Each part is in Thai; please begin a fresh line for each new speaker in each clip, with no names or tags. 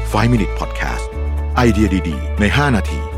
5 Minute Podcast ไอเดียดีๆใน5นาที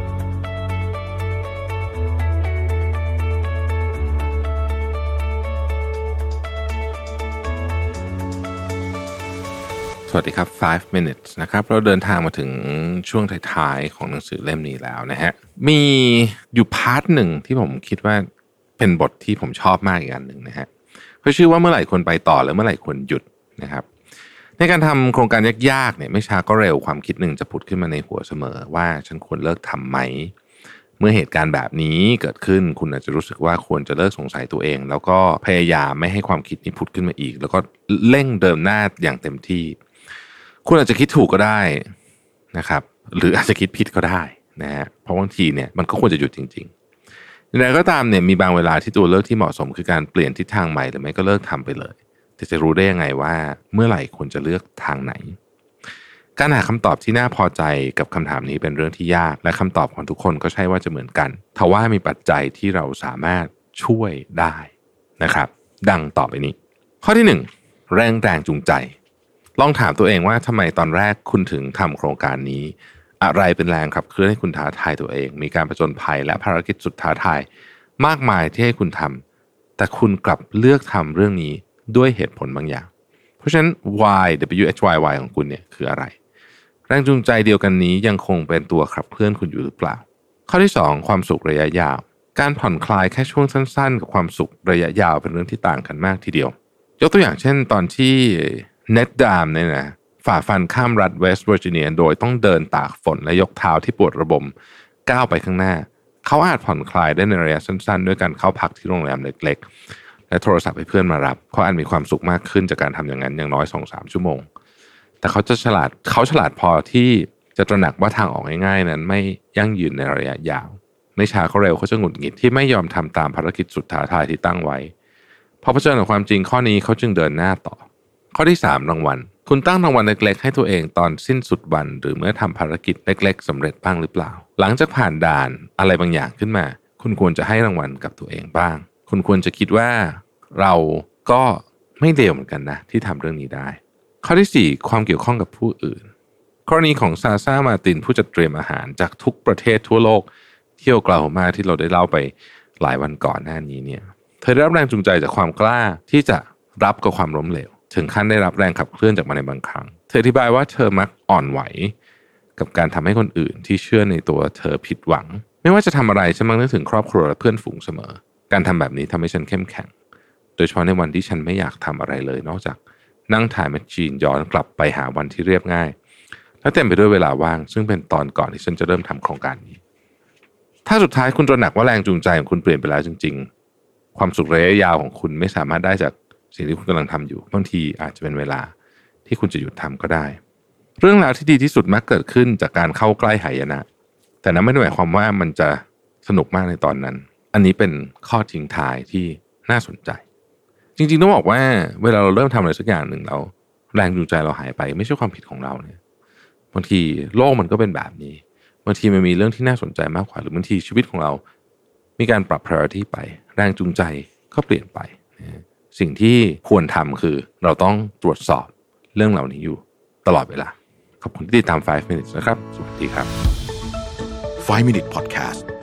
สวัสดีครับ5 minutes นะครับเราเดินทางมาถึงช่วงท้ายๆของหนังสือเล่มนี้แล้วนะฮะมีอยู่พาร์ทหนึ่งที่ผมคิดว่าเป็นบทที่ผมชอบมากอีกอันหนึ่งนะฮะเขาชื่อว่าเมื่อไหร่ควรไปต่อหรือเมื่อไหร่ควรหยุดนะครับในการทำโครงการยากๆเนี่ยไม่ช้าก็เร็วความคิดหนึ่งจะผุดขึ้นมาในหัวเสมอว่าฉันควรเลิกทำไหมเมื่อเหตุการณ์แบบนี้เกิดขึ้นคุณอาจจะรู้สึกว่าควรจะเลิกสงสัยตัวเองแล้วก็พยายามไม่ให้ความคิดนี้ผุดขึ้นมาอีกแล้วก็เร่งเดินหน้าอย่างเต็มที่คุณอาจจะคิดถูกก็ได้นะครับหรืออาจจะคิดผิดก็ได้นะฮะเพราะบางทีเนี่ยมันก็ควรจะหยุดจริงๆอย่างไรก็ตามเนี่ยมีบางเวลาที่ตัวเลือกที่เหมาะสมคือการเปลี่ยนทิศทางใหม่หรือไม่ก็เลิกทำไปเลยแต่จะรู้ได้ยังไงว่าเมื่อไหร่ควรจะเลือกทางไหนการหาคำตอบที่น่าพอใจกับคำถามนี้เป็นเรื่องที่ยากและคำตอบของทุกคนก็ใช่ว่าจะเหมือนกันทว่ามีปัจจัยที่เราสามารถช่วยได้นะครับดังต่อไปนี้ข้อที่1แรงจูงใจลองถามตัวเองว่าทำไมตอนแรกคุณถึงทำโครงการนี้อะไรเป็นแรงขับเคลื่อนให้คุณท้าทายตัวเองมีการผจญภัยและภารกิจสุดท้าทายมากมายที่ให้คุณทำแต่คุณกลับเลือกทำเรื่องนี้ด้วยเหตุผลบางอย่างเพราะฉะนั้น why why ของคุณเนี่ยคืออะไรแรงจูงใจเดียวกันนี้ยังคงเป็นตัวขับเคลื่อนคุณอยู่หรือเปล่าข้อที่2ความสุขระยะยาวการผ่อนคลายแค่ช่วงสั้นๆกับความสุขระยะยาวเป็นเรื่องที่ต่างกันมากทีเดียวยกตัวอย่างเช่นตอนที่เน็ตดามเนี่ยนะฝ่าฟันข้ามรัฐเวสต์เวอร์จิเนียโดยต้องเดินตากฝนและยกเท้าที่ปวดระบมก้าวไปข้างหน้าเขาอาจผ่อนคลายได้ในระยะสั้นๆด้วยการเข้าพักที่โรงแรมเล็กๆและโทรศัพท์ให้เพื่อนมารับเขาอาจมีความสุขมากขึ้นจากการทำอย่างนั้นอย่างน้อย 2-3 ชั่วโมงแต่เขาฉลาดพอที่จะตระหนักว่าทางออกง่ายๆนั้นไม่ยั่งยืนในระยะยาวไม่ช้าก็เร็วเขาจะหงุดหงิดที่ไม่ยอมทำตามภารกิจสุดท้าทายที่ตั้งไว้พอเผชิญกับความจริงข้อนี้เขาจึงเดินหน้าต่อข้อที่3รางวัลคุณตั้งรางวัลเล็กๆให้ตัวเองตอนสิ้นสุดวันหรือเมื่อทำภารกิจเล็กๆสำเร็จบ้างหรือเปล่าหลังจากผ่านด่านอะไรบางอย่างขึ้นมาคุณควรจะให้รางวัลกับตัวเองบ้างคุณควรจะคิดว่าเราก็ไม่เลวเหมือนกันนะที่ทำเรื่องนี้ได้ข้อที่4ความเกี่ยวข้องกับผู้อื่นกรณีของซาซ่ามาตินผู้จัดเตรียมอาหารจากทุกประเทศทั่วโลกเที่ยวกล่าวมาที่เราได้เล่าไปหลายวันก่อนหน้านี้เนี่ยเธอได้รับแรงจูงใจจากความกล้าที่จะรับกับความล้มเหลวถึงขั้นได้รับแรงขับเคลื่อนจากมันในบางครั้งเธออธิบายว่าเธอมักอ่อนไหวกับการทำให้คนอื่นที่เชื่อในตัวเธอผิดหวังไม่ว่าจะทำอะไรฉันมักนึกถึงครอบครัวและเพื่อนฝูงเสมอการทำแบบนี้ทำให้ฉันเข้มแข็งโดยเฉพาะในวันที่ฉันไม่อยากทำอะไรเลยนอกจากนั่งถ่ายแมชชีนย้อนกลับไปหาวันที่เรียบง่ายและเต็มไปด้วยเวลาว่างซึ่งเป็นตอนก่อนที่ฉันจะเริ่มทำโครงการนี้ถ้าสุดท้ายคุณตระหนักว่าแรงจูงใจของคุณเปลี่ยนไปแล้วจริงๆความสุขระยะยาวของคุณไม่สามารถได้จากสิ่งที่คุณกำลังทำอยู่บางทีอาจจะเป็นเวลาที่คุณจะหยุดทำก็ได้เรื่องราวที่ดีที่สุดมักเกิดขึ้นจากการเข้าใกล้หายนะแต่นั้นไม่ได้หมายความว่ามันจะสนุกมากในตอนนั้นอันนี้เป็นข้อทิ้งท้ายที่น่าสนใจจริงๆต้องบอกว่าเวลาเราเริ่มทำอะไรสักอย่างหนึ่งแล้วแรงจูงใจเราหายไปไม่ใช่ความผิดของเราเนี่ยบางทีโลกมันก็เป็นแบบนี้บางทีมันมีเรื่องที่น่าสนใจมากกว่าหรือบางทีชีวิตของเรามีการปรับ priority ไปแรงจูงใจก็เปลี่ยนไปสิ่งที่ควรทำคือเราต้องตรวจสอบเรื่องเหล่านี้อยู่ตลอดเวลาขอบคุณที่ติดตาม5 minutes นะครับสวัสดีครับ
5 Minute Podcast